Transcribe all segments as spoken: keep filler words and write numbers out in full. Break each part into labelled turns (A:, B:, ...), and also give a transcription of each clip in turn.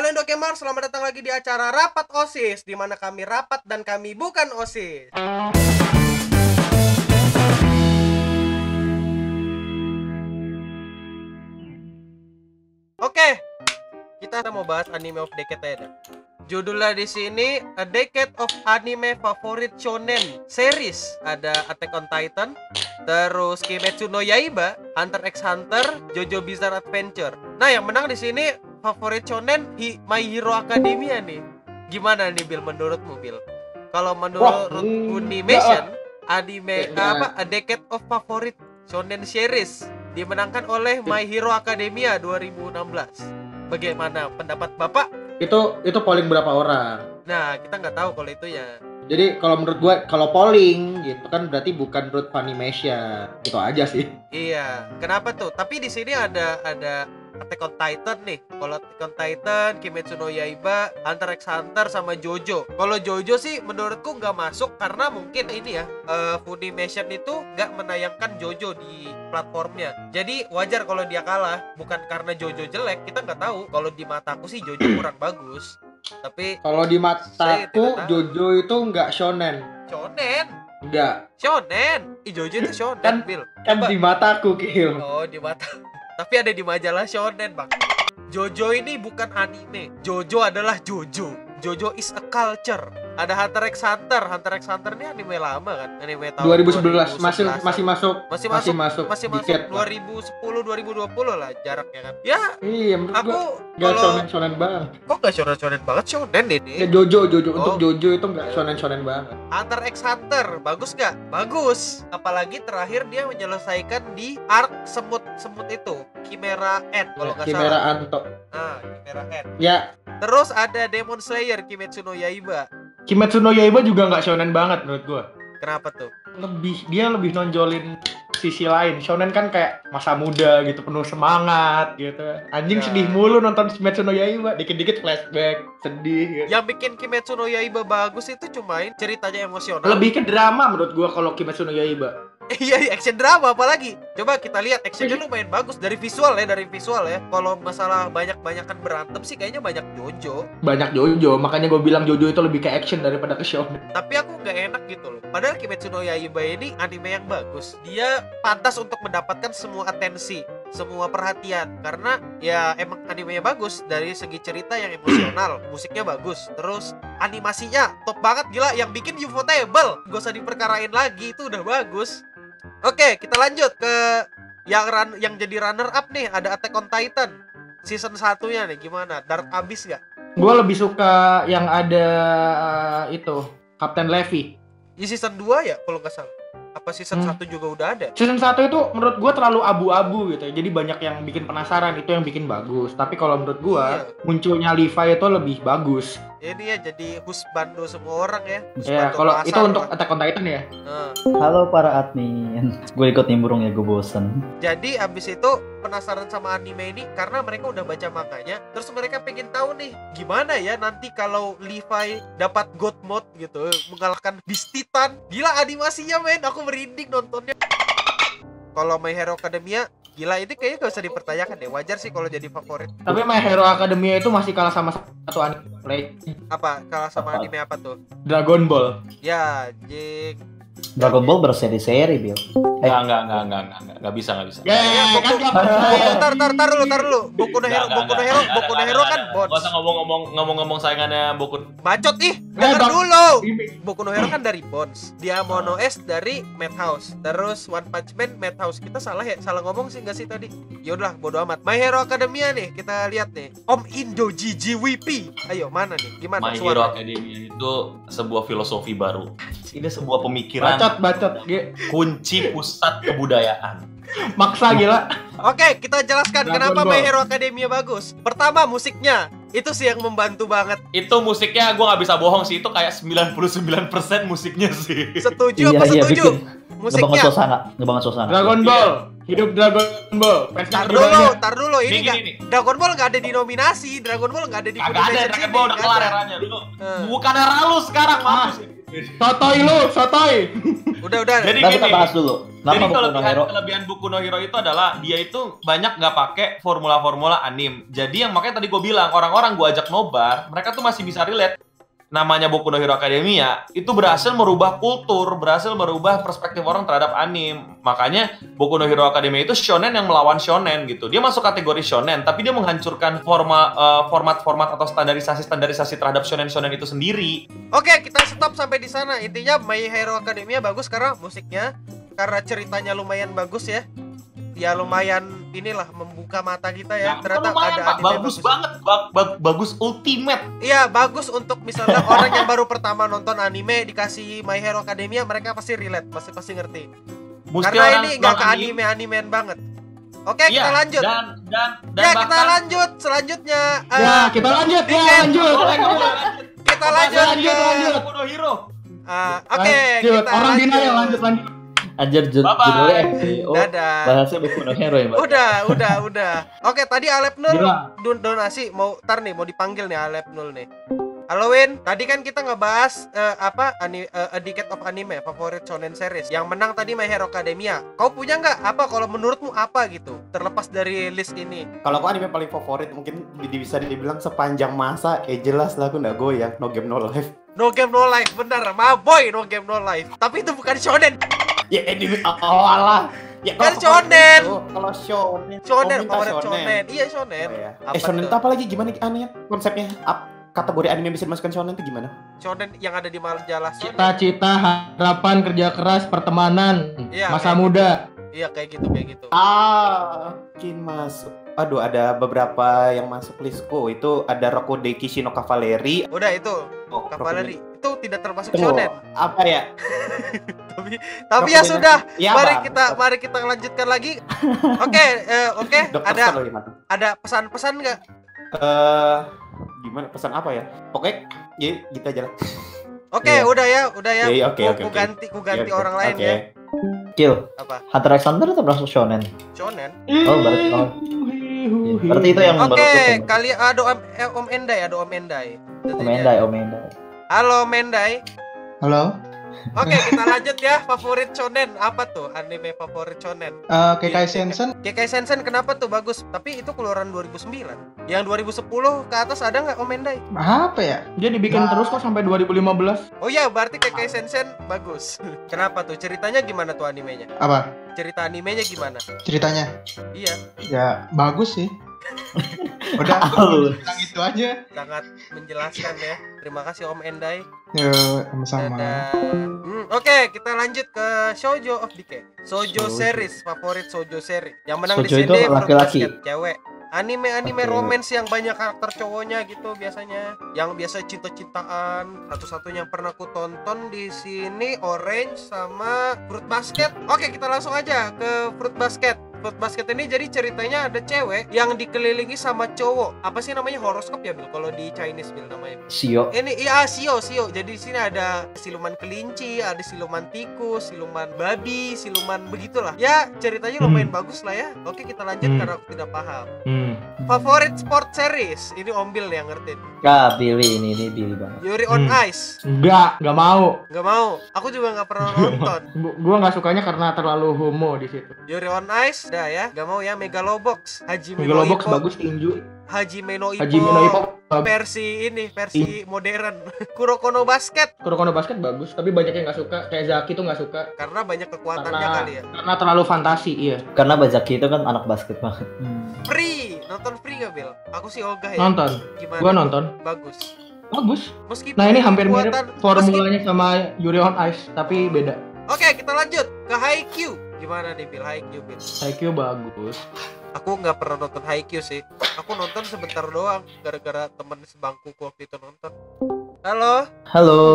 A: Halo Indokemer, selamat datang lagi di acara Rapat OSIS, di mana kami rapat dan kami bukan OSIS. Oke, kita mau bahas anime of decade aja. Judulnya di sini A Decade of Anime Favorite Shonen Series. Ada Attack on Titan, terus Kimetsu no Yaiba, Hunter x Hunter, JoJo Bizarre Adventure. Nah, yang menang di sini favorit shonen Hi My Hero Academia nih. Gimana nih Bill menurutmu Bill? Kalau menurut Funimation, anime apa A Decade of Favorite Shonen Series dimenangkan oleh My Hero Academia dua ribu enam belas. Bagaimana pendapat Bapak?
B: Itu itu polling berapa orang?
A: Nah, kita nggak tahu kalau itu ya.
B: Jadi kalau menurut gua kalau polling gitu kan berarti bukan menurut Funimation. Gitu aja sih.
A: Iya. Kenapa tuh? Tapi di sini ada ada Attack on Titan nih. Kalau Attack on Titan, Kimetsu no Yaiba, Hunter x Hunter sama JoJo. Kalau JoJo sih menurutku nggak masuk karena mungkin ini ya uh, Funimation itu nggak menayangkan JoJo di platformnya. Jadi wajar kalau dia kalah. Bukan karena JoJo jelek, kita nggak tahu. Kalau di mataku sih JoJo kurang bagus. Tapi
B: kalau di mataku JoJo itu nggak shonen.
A: Shonen?
B: Enggak.
A: Shonen? Ih, JoJo itu shonen,
B: kan,
A: Bill.
B: Kan di mataku, Kil.
A: Oh, di mata. Tapi ada di majalah shonen, Bang. JoJo ini bukan anime. JoJo adalah JoJo. JoJo is a culture. Ada Hunter x Hunter. Hunter x Hunter ini anime lama kan? Anime tahun
B: dua ribu sebelas. Masih masih masuk.
A: Masih masuk.
B: Masih masuk.
A: Masih masuk dua ribu sepuluh dua ribu dua puluh lah jaraknya kan. Ya.
B: Iya, menurut
A: aku
B: enggak kalau... shonen-shonen banget.
A: Kok enggak shonen-shonen banget? Shonen ini.
B: Ya JoJo, JoJo
A: oh.
B: Untuk JoJo itu enggak shonen-shonen banget.
A: Hunter x Hunter bagus enggak? Bagus. Apalagi terakhir dia menyelesaikan di arc semut-semut itu, Chimera Ant kalau enggak
B: ya,
A: salah.
B: Chimera Anto.
A: Ah, Chimera Ant.
B: Ya.
A: Terus ada Demon Slayer Kimetsu no Yaiba.
B: Kimetsu no Yaiba juga nggak shonen banget menurut gua.
A: Kenapa tuh?
B: Lebih dia lebih nonjolin sisi lain. Shonen kan kayak masa muda gitu, penuh semangat gitu. Anjing ya. Sedih mulu nonton Kimetsu no Yaiba, dikit-dikit flashback, sedih gitu.
A: Yang bikin Kimetsu no Yaiba bagus itu cumain ceritanya emosional.
B: Lebih ke drama menurut gua kalau Kimetsu no Yaiba.
A: Iya, action drama apalagi. Coba kita lihat actionnya lumayan bagus dari visual ya, dari visual ya. Kalau masalah banyak-banyakan berantem sih kayaknya banyak JoJo.
B: Banyak JoJo, makanya gue bilang JoJo itu lebih ke action daripada ke shonen.
A: Tapi aku nggak enak gitu loh. Padahal Kimetsu no Yaiba ini anime yang bagus. Dia pantas untuk mendapatkan semua atensi, semua perhatian. Karena ya emang animenya bagus dari segi cerita yang emosional, musiknya bagus. Terus animasinya top banget gila, yang bikin Ufotable. Gak usah diperkarain lagi, itu udah bagus. Oke, kita lanjut ke yang run, yang jadi runner up nih. Ada Attack on Titan season satunya nih, gimana? Dark abis gak?
B: Gue lebih suka yang ada uh, itu Kapten Levi.
A: Di season dua ya kalau gak salah. Apa season
B: hmm.
A: satu juga udah ada?
B: Season satu itu menurut gue terlalu abu-abu gitu ya. Jadi banyak yang bikin penasaran, itu yang bikin bagus. Tapi kalau menurut gue iya. munculnya Levi itu lebih bagus.
A: Ini ya jadi husbando semua orang ya.
B: Ya kalau itu untuk Attack on Titan ya.
A: Nah.
C: Halo para admin. Gue ikut nimbrung ya, gue bosen.
A: Jadi abis itu penasaran sama anime ini karena mereka udah baca manganya. Terus mereka pengen tahu nih gimana ya nanti kalau Levi dapat God Mode gitu, mengalahkan Beast Titan. Gila animasinya men, aku merinding nontonnya. Kalau My Hero Academia, gila ini kayaknya gak usah dipertanyakan deh. Wajar sih kalau jadi favorit.
B: Tapi My Hero Academia itu masih kalah sama satu anime.
A: Apa? Kalah sama apa? Anime apa tuh?
B: Dragon Ball.
A: Ya, jik.
C: Dragon Ball berseri-seri, Bill.
D: Eh, enggak, enggak, enggak, enggak, enggak, enggak bisa, enggak bisa.
B: Ya, ya, kan
A: tar, tar, tar dulu, tar dulu. Boku no Hero, Boku no Hero, Boku no Hero kan bot.
D: Enggak usah ngomong-ngomong ngomong-ngomong saingannya Boku.
A: Bacot ih, dengar dulu. Boku no Hero kan dari Bones, dia Mono S dari Madhouse. Terus One Punch Man Madhouse. Kita salah ya? Salah ngomong sih enggak sih tadi? Ya udah, bodo amat. My Hero Academia nih, kita lihat nih. Om Indo G G W P. Ayo, mana nih? Gimana
D: My Hero Academia itu sebuah filosofi baru. Ini sebuah pemikiran.
B: Bacot, bacot.
D: Kunci pusat kebudayaan.
B: Maksa gila.
A: Oke, kita jelaskan Dragon kenapa Ball. My Hero Academia bagus. Pertama, musiknya. Itu sih yang membantu banget.
D: Itu musiknya gue gak bisa bohong sih. Itu kayak sembilan puluh sembilan persen musiknya sih.
A: Setuju apa
C: iya,
A: setuju?
C: Iya, musiknya ngebanget suasana, ngebanget suasana.
B: Dragon Ball. Hidup Dragon Ball. Fans
A: Tar
B: terbaik.
A: dulu, tar dulu ini
D: Gini,
A: nggak.
D: gini, nih.
A: Dragon Ball nggak ada di nominasi, Dragon Ball nggak ada di
D: Kagak ada
A: Foundation
D: Dragon
A: sini,
D: Ball udah
A: nggak
D: kelar
A: ada.
D: eranya lu.
A: Eh.
D: Bukan era lu sekarang,
B: Ah.
D: mampus.
B: Sotoy lu, sotoy.
A: Udah udah.
D: Jadi
C: Nah, kita
D: gini.
C: bahas dulu.
D: Jadi
C: Kenapa Boku no
D: kelebihan,
C: Hero?
D: kelebihan Boku no Hero itu adalah dia itu banyak nggak pakai formula-formula anim. Jadi yang makanya tadi gue bilang orang-orang gue ajak nobar, mereka tuh masih bisa relate. Namanya Boku no Hero Academia itu berhasil merubah kultur, berhasil merubah perspektif orang terhadap anim. Makanya Boku no Hero Academia itu shonen yang melawan shonen gitu. Dia masuk kategori shonen, tapi dia menghancurkan forma, eh, format-format atau standarisasi-standarisasi terhadap shonen-shonen itu sendiri.
A: Oke, kita stop sampai di sana. Intinya My Hero Academia bagus karena musiknya, karena ceritanya lumayan bagus ya. Ya lumayan inilah membuka mata kita ya.
D: Nah,
A: Ternyata
D: lumayan,
A: ada
D: Pak.
A: anime
D: bagus banget, ba- ba- bagus ultimate.
A: Iya, bagus untuk misalnya orang yang baru pertama nonton anime dikasih My Hero Academia, mereka pasti relate, pasti pasti ngerti.
D: Mesti
A: Karena
D: orang
A: ini nggak ke
D: non-anim.
A: anime-animean banget. Oke,
D: Iya,
A: kita lanjut.
D: Dan dan dan
A: Ya, kita
D: bahkan
A: lanjut selanjutnya. eh,
B: Ya, kita lanjut ya,
A: Diken.
B: lanjut.
D: Boleh, boleh, lanjut.
A: kita
D: Pembahasan
A: lanjut.
B: lanjut,
A: ke-
B: lanjut.
D: Boku no Hero.
A: Ah, Oke,
B: Lanjut.
A: kita
B: Orang
A: lanjut.
B: denial, lanjut lanjut.
C: Anjir, jud-
D: Bye-bye.
C: judulnya F B O.
A: Dadah.
C: Bahasnya Boku no Hero ya, Mbak.
A: Udah, udah, udah. Oke, tadi Alep Nul
B: Gila.
A: don donasi mau tar nih, mau dipanggil nih Alep Nul nih. Halo Win, tadi kan kita ngebahas eh, apa ani, eh, A Decade of Anime, favorit shonen series. Yang menang tadi My Hero Academia. Kau punya nggak apa kalau menurutmu apa gitu? Terlepas dari list ini.
E: Kalau aku anime paling favorit mungkin di- bisa dibilang sepanjang masa, eh jelas lah aku nggak goyang, No Game No Life.
A: No Game No Life, benar. Ma boy No Game No Life. Tapi itu bukan shonen.
E: Ya anime, oh alah. Ya
A: Kan
E: kalau favorit
A: shonen.
E: itu, Kalau shonen.
A: Shonen,
E: oh, minta
A: favorit shonen. Iya shonen.
E: Oh, ya.
A: Apa
E: Eh shonen
A: tuh?
E: itu apa lagi gimana anehnya konsepnya? Ap- kategori anime yang bisa dimasukkan shonen itu gimana?
A: Shonen yang ada di majalah shonen.
B: Cita-cita, harapan, kerja keras, pertemanan,
A: Iya,
B: masa
A: kayak
B: muda.
A: Iya kayak gitu, kayak gitu.
E: Ah, mungkin masuk. Aduh, ada beberapa yang masuk listku. Itu ada Rokodeki Shino Cavalry.
A: Udah itu,
E: Oh,
A: Cavalry. Itu tidak termasuk
E: Tunggu,
A: shonen.
E: apa ya?
A: Tapi tapi ya
E: Rokodeki-
A: sudah.
E: Ya,
A: mari
E: Bang.
A: kita mari kita lanjutkan lagi. Oke, eh, oke.
E: Dokter
A: Ada
E: Stone gimana?
A: ada pesan-pesan nggak?
E: Eh, gimana pesan apa ya? Pokoknya ya gitu aja lah.
A: Oke,
E: Iya.
A: udah ya, udah ya.
E: Iya, iya, oke,
A: Ku-
E: oke,
A: ku
E: oke.
A: ganti, ku ganti
E: Oke,
A: orang lain
E: oke.
A: ya.
C: Kill.
A: Apa?
C: Hunter x Hunter itu termasuk shonen.
A: Shonen.
C: Oh, berarti oh. Iya, berarti itu yang baru
A: Oke,
C: tuh.
A: kali ada Om, eh, Om Endai, ada Om Endai.
C: Om Endai, Om Endai.
A: Halo Mendai.
F: Halo,
A: Oke, kita lanjut ya. Favorit shonen apa tuh? Anime favorit shonen?
F: uh, Kekai Sensen.
A: Kekai Sensen kenapa tuh bagus? Tapi itu keluaran dua ribu sembilan. Yang dua ribu sepuluh ke atas ada nggak Om Endai?
F: Apa ya?
B: Dia dibikin terus kok sampai dua ribu lima belas.
A: Oh iya, berarti Kekai Sensen bagus. Kenapa tuh? Ceritanya gimana tuh animenya?
F: Apa
A: Cerita animenya gimana?
F: ceritanya?
A: Iya,
F: Ya bagus sih. Udah,
C: Halus.
F: bilang itu aja.
A: sangat menjelaskan ya. Terima kasih Om Endai.
F: Yo, sama-sama.
A: Dadah. Hmm, Oke, kita lanjut ke Shoujo of Decay. Shoujo
E: Shoujo.
A: series, favorit Shoujo series. Yang menang
C: Shoujo
A: di
C: itu
A: sini Fruit
C: laki-laki.
A: Basket, cewek. Anime-anime
C: Oke.
A: romance yang banyak karakter cowoknya gitu biasanya. Yang biasa cinta-cintaan. Satu-satunya yang pernah aku tonton di sini Orange sama Fruit Basket. Oke, kita langsung aja ke Fruit Basket. Fruit Basket ini jadi ceritanya ada cewek yang dikelilingi sama cowok. Apa sih namanya, horoskop ya Bil? Kalau di Chinese Bil namanya.
C: Shio.
A: Ini iya sio sio. Jadi di sini ada siluman kelinci, ada siluman tikus, siluman babi, siluman begitulah. Ya ceritanya lumayan bagus lah ya. Oke kita lanjut
B: Hmm.
A: karena aku tidak paham.
B: Hmm.
A: Favorit sport series? Ini Om Bil yang ngertiin.
C: Ah, Billy ini, ini Billy banget.
A: Yuri on
B: Hmm.
A: Ice.
B: Enggak, enggak mau.
A: Nggak mau. Aku juga nggak pernah nonton.
B: Gu- Gua nggak sukanya karena terlalu homo di situ.
A: Yuri on Ice, udah ya. Nggak mau ya. Megalobox. Hajime no
B: Megalobox
A: Ippo.
B: bagus tinju.
A: Hajime no Ippo.
B: Hajime no Ippo bagus.
A: Versi ini, versi modern. Kuroko no Basket.
B: Kuroko no Basket bagus, tapi banyak yang nggak suka. Kayak Zaki tuh nggak suka
A: Karena banyak kekuatannya
B: karena
A: kali ya.
B: karena terlalu fantasi, iya.
C: Karena Bajaki itu kan anak basket banget.
A: Free. Nonton free gak Bil? Aku sih ogah ya.
B: Nonton.
A: Gimana?
B: Gua nonton.
A: Bagus.
B: Bagus.
A: Meskipun
B: Nah, ini hampir mirip
A: kekuatan-
B: formulanya sama Yuri on Ice, tapi beda.
A: meski- Oke, kita lanjut ke Haikyuu. Gimana nih Bil? Haikyuu Bil?
B: Haikyuu bagus.
A: Aku nggak pernah nonton Haikyuu sih. Aku nonton sebentar doang gara-gara temen sebangku waktu itu nonton. Halo,
C: Halo.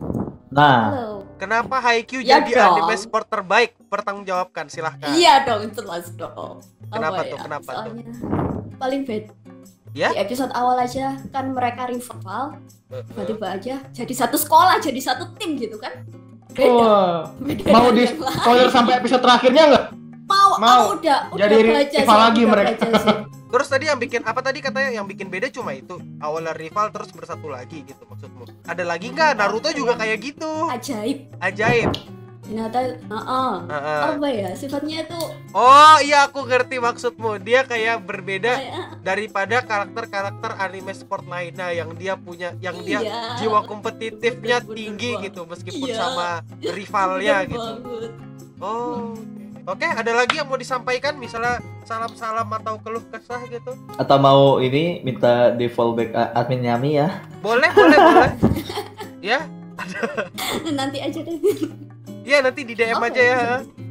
C: Nah,
G: Halo.
A: kenapa Haikyuu
G: Ya
A: jadi
G: dong.
A: anime sport terbaik? Pertanggungjawabkan, silahkan.
G: Iya dong, jelas dong.
A: Kenapa
G: Apa
A: tuh?
G: ya?
A: Kenapa tuh?
G: Soalnya paling beda.
A: Ya?
G: Di episode awal aja kan mereka rival,
A: Eh,
G: tiba-tiba aja jadi satu sekolah, jadi satu tim gitu kan. Beda.
B: Wah,
G: Beda
B: mau
G: dari
B: di
G: yang lain.
B: spoiler sampai episode terakhirnya nggak?
G: Mau mau,
B: Mau.
G: aku udah, udah
B: Jadi
G: baca
B: rival
G: sih,
B: lagi
G: udah
B: mereka.
G: baca sih.
A: Terus tadi yang bikin apa tadi katanya yang bikin beda cuma itu awalnya rival terus bersatu lagi gitu maksudmu? Ada lagi nggak? Naruto juga kayak gitu.
G: Ajaib.
A: Ajaib.
G: Ternyata, heeh.
A: Heeh.
G: Apa ya? Sifatnya itu
A: Oh iya aku ngerti maksudmu. Dia kayak berbeda
G: kayak
A: daripada karakter-karakter anime sport lainnya yang dia punya, yang dia
G: iya,
A: jiwa kompetitifnya
G: bener-bener
A: tinggi
G: banget.
A: gitu meskipun
G: Iya.
A: sama rivalnya
G: bener
A: gitu.
G: banget.
A: Oh. Oke, ada lagi yang mau disampaikan misalnya salam-salam atau keluh kesah gitu?
C: Atau mau ini minta di fallback uh, admin Yami ya?
A: Boleh, boleh, boleh. Ya,
G: Nanti aja deh.
A: ya nanti di D M
G: Oh,
A: aja ya.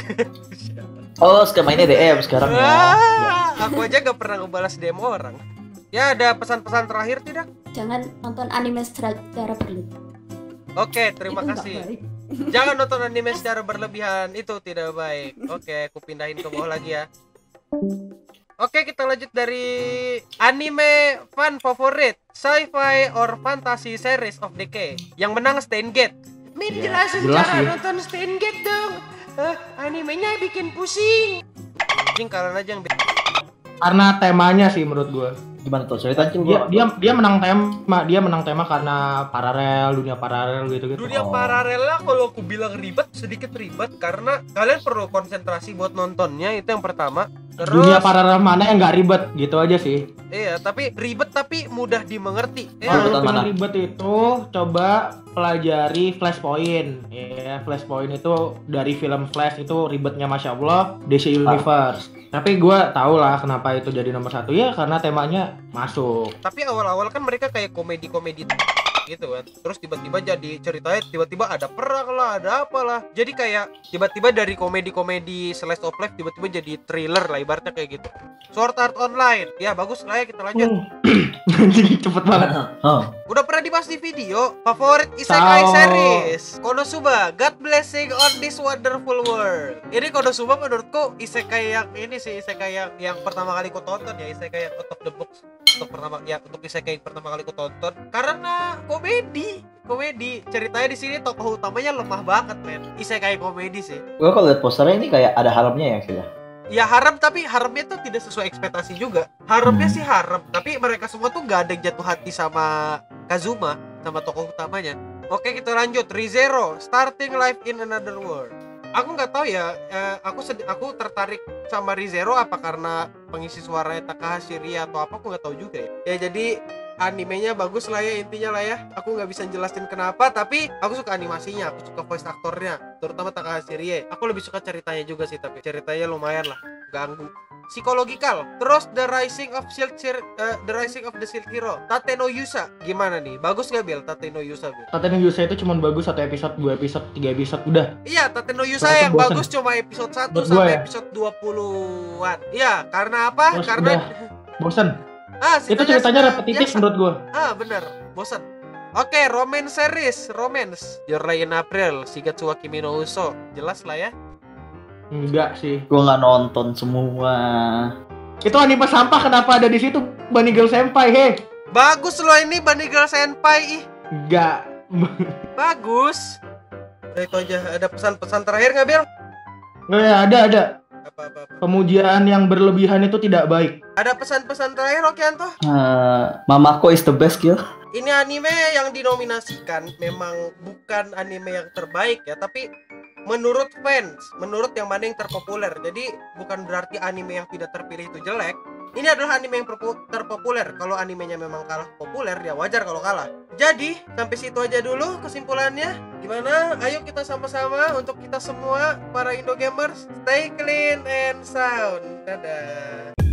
C: Oh, sekarang mainnya D M sekarang ya.
A: Wah, aku aja gak pernah ngebalas D M orang. Ya, ada pesan-pesan terakhir tidak?
G: Jangan nonton anime secara berlebihan.
A: Oke, terima
G: Itu nggak
A: kasih.
G: baik.
A: Jangan nonton anime secara berlebihan, itu tidak baik. Oke, aku pindahin ke bawah lagi ya. Oke, kita lanjut dari anime fan favorit, sci-fi or fantasy series of decade. Yang menang Steins Gate. Min,
B: Iya,
A: jelasin
B: jelas
A: cara
B: sih.
A: nonton Steins Gate dong. Eh, animenya bikin pusing. Pusing kalian aja yang bi-
B: Karena temanya sih menurut gue.
C: Gimana tuh ceritain
B: Dia
C: coba?
B: dia dia menang tema, dia menang tema karena paralel, dunia paralel gitu-gitu.
A: Dunia
C: Oh.
A: paralelnya kalau aku bilang ribet, sedikit ribet karena kalian perlu konsentrasi buat nontonnya, itu yang pertama. Terus
B: Dunia paralel mana yang nggak ribet gitu aja sih.
A: iya, tapi ribet tapi mudah dimengerti.
C: Oh,
A: Iya.
B: Kalau
C: ribetan
B: pengen
C: mana?
B: ribet itu coba pelajari Flashpoint. Ya, Flashpoint itu dari film Flash itu ribetnya Masya Allah, D C Universe. Tapi gue tau lah kenapa itu jadi nomor satu ya karena temanya masuk.
A: Tapi awal-awal kan mereka kayak komedi-komedi gitu kan. Terus tiba-tiba jadi ceritanya tiba-tiba ada perang lah, ada apalah. Jadi kayak tiba-tiba dari komedi-komedi slice of life tiba-tiba jadi thriller lah ibaratnya kayak gitu. Sword Art Online. Ya bagus lah ya, kita lanjut.
B: Anjing, cepet banget.
C: Oh,
A: Udah pernah dibahas di video favorit isekai
B: Tahu.
A: series Konosuba, God Blessing on This Wonderful World. Ini Konosuba menurutku isekai yang ini sih, isekai yang yang pertama kali ku tonton ya, isekai yang out of the box untuk pertama ya, untuk isekai yang pertama kali ku tonton karena komedi. Komedi. Ceritanya di sini tokoh utamanya lemah banget, men. Isekai komedi sih.
C: gua kalau lihat posternya ini kayak ada harapnya ya kira.
A: Ya harem, tapi haremnya tuh tidak sesuai ekspektasi juga. Haremnya
C: Hmm.
A: sih harem, tapi mereka semua tuh nggak ada yang jatuh hati sama Kazuma, sama tokoh utamanya. Oke, kita lanjut. ReZero, Starting Life in Another World. Aku nggak tahu ya, eh, aku sedi- aku tertarik sama ReZero apa karena pengisi suaranya Takahashi Ria atau apa, aku nggak tahu juga ya. Ya jadi animenya bagus lah ya, intinya lah ya. Aku nggak bisa jelasin kenapa, tapi aku suka animasinya, aku suka voice aktornya, terutama Takahashi Rie. Aku lebih suka ceritanya juga sih, tapi ceritanya lumayan lah, ganggu. Psikologikal. Terus The Rising of Shield Hero, eh, The Rising of the Shield Hero, Tate no Yusa. Gimana nih? Bagus nggak Bil? Tate no Yusa Bil?
B: Katanya Yusa itu cuma bagus satu episode, dua episode, tiga episode udah.
A: Iya, Tate no Yusa
B: Soalnya
A: yang
B: bosen.
A: bagus cuma episode satu
B: Menurut gua
A: sampai
B: ya.
A: episode dua puluhan. Iya, karena apa?
B: Terus
A: Karena
B: udah bosen.
A: ah,
B: Itu ceritanya
A: sudah
B: repetitif
A: biasa.
B: menurut gua.
A: Ah, bener, bosan. Oke, romance series, romance. Your Lie in April, Shigatsu wa Kimi no Uso. Jelas lah ya.
B: Enggak sih.
C: Gua nggak nonton semua.
B: Itu anime sampah kenapa ada di situ? Bunny Girl Senpai, he.
A: Bagus loh ini Bunny Girl Senpai. Ih,
B: Enggak.
A: bagus. Udah itu aja. Ada pesan-pesan terakhir nggak, Bil?
B: Nggak ya, ada ada.
A: Apa-apa.
B: Pemujian yang berlebihan itu tidak baik.
A: Ada pesan-pesan terakhir, Okianto?
C: Eh, Mamako is the best kill.
A: Ini anime yang dinominasikan memang bukan anime yang terbaik ya, tapi menurut fans, menurut yang mana yang terpopuler. Jadi bukan berarti anime yang tidak terpilih itu jelek. Ini adalah anime yang perpo- terpopuler. Kalau animenya memang kalah populer, ya wajar kalau kalah. Jadi sampai situ aja dulu kesimpulannya. Gimana? Ayo kita sama-sama untuk kita semua para Indo gamers, stay clean and sound. Dadah.